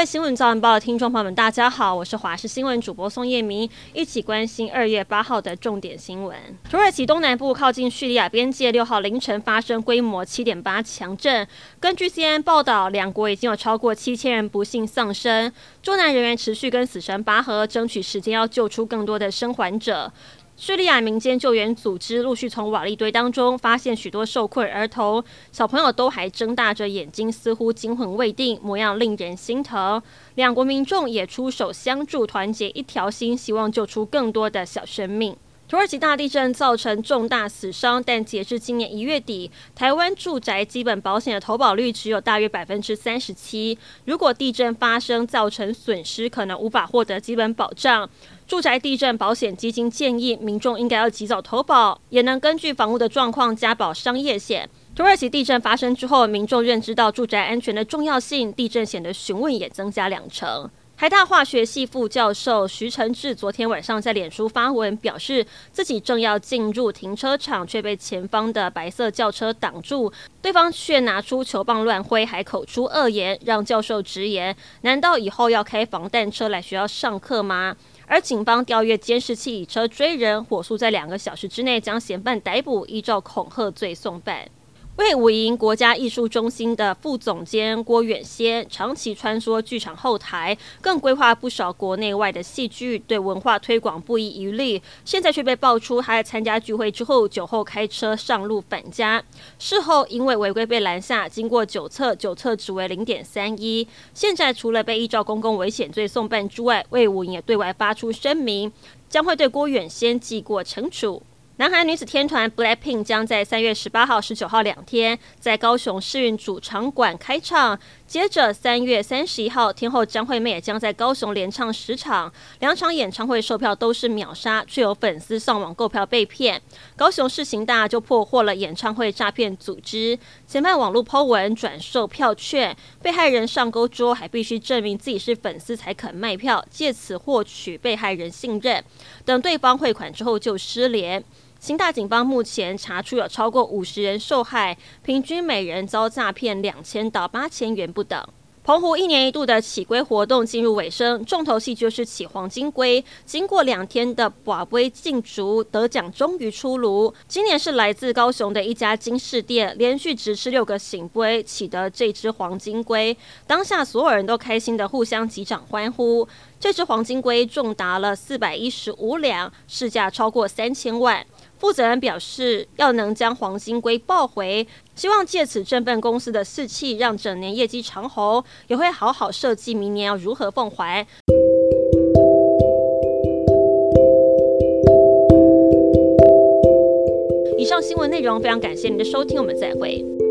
位新闻早晚报的听众朋友们，大家好，我是华视新闻主播宋叶明，一起关心2月8号的重点新闻。土耳其东南部靠近叙利亚边界6号凌晨发生规模 7.8 强震，根据 CNN 报道，两国已经有超过7000人不幸丧生，救难人员持续跟死神拔河，争取时间要救出更多的生还者。叙利亚民间救援组织陆续从瓦砾堆当中发现许多受困儿童，小朋友都还睁大着眼睛，似乎惊魂未定，模样令人心疼。两国民众也出手相助，团结一条心，希望救出更多的小生命。土耳其大地震造成重大死伤，但截至今年1月底，台湾住宅基本保险的投保率只有大约 37%。如果地震发生造成损失，可能无法获得基本保障。住宅地震保险基金建议民众应该要及早投保，也能根据房屋的状况加保商业险。土耳其地震发生之后，民众认知到住宅安全的重要性，地震险的询问也增加2成。台大化学系副教授徐承志昨天晚上在脸书发文表示，自己正要进入停车场，却被前方的白色轿车挡住，对方却拿出球棒乱挥，还口出恶言，让教授直言：难道以后要开防弹车来学校上课吗？而警方调阅监视器以车追人，火速在2个小时之内将嫌犯逮捕，依照恐吓罪送办。为武营国家艺术中心的副总监郭远先长期穿梭剧场后台，更规划不少国内外的戏剧，对文化推广不遗余力。现在却被爆出他在参加聚会之后，酒后开车上路返家，事后因为违规被拦下，经过酒测值为 0.31。现在除了被依照公共危险罪送办之外，为武营也对外发出声明，将会对郭远先记过惩处。南韩女子天团 BLACKPINK 将在3月18号、19号2天在高雄世运主场馆开唱，接着3月31号，天后张惠妹也将在高雄连唱10场，2场演唱会售票都是秒杀，却有粉丝上网购票被骗。高雄市刑大就破获了演唱会诈骗组织，前办网络 po 文转售票券，被害人上钩之后还必须证明自己是粉丝才肯卖票，借此获取被害人信任，等对方汇款之后就失联。刑大警方目前查出有超过50人受害，平均每人遭诈骗2000到8000元不等。澎湖1年1度的起龟活动进入尾声，重头戏就是起黄金龟。经过2天的跋杯竞逐，得奖终于出炉。今年是来自高雄的一家金饰店，连续直吃6个醒杯，取得这只黄金龟。当下所有人都开心的互相击掌欢呼。这只黄金龟重达了415两，市价超过3000万。负责人表示，要能将黄金龟抱回，希望借此振奋公司的士气，让整年业绩长红，也会好好设计明年要如何奉还。以上新闻内容非常感谢您的收听，我们再会。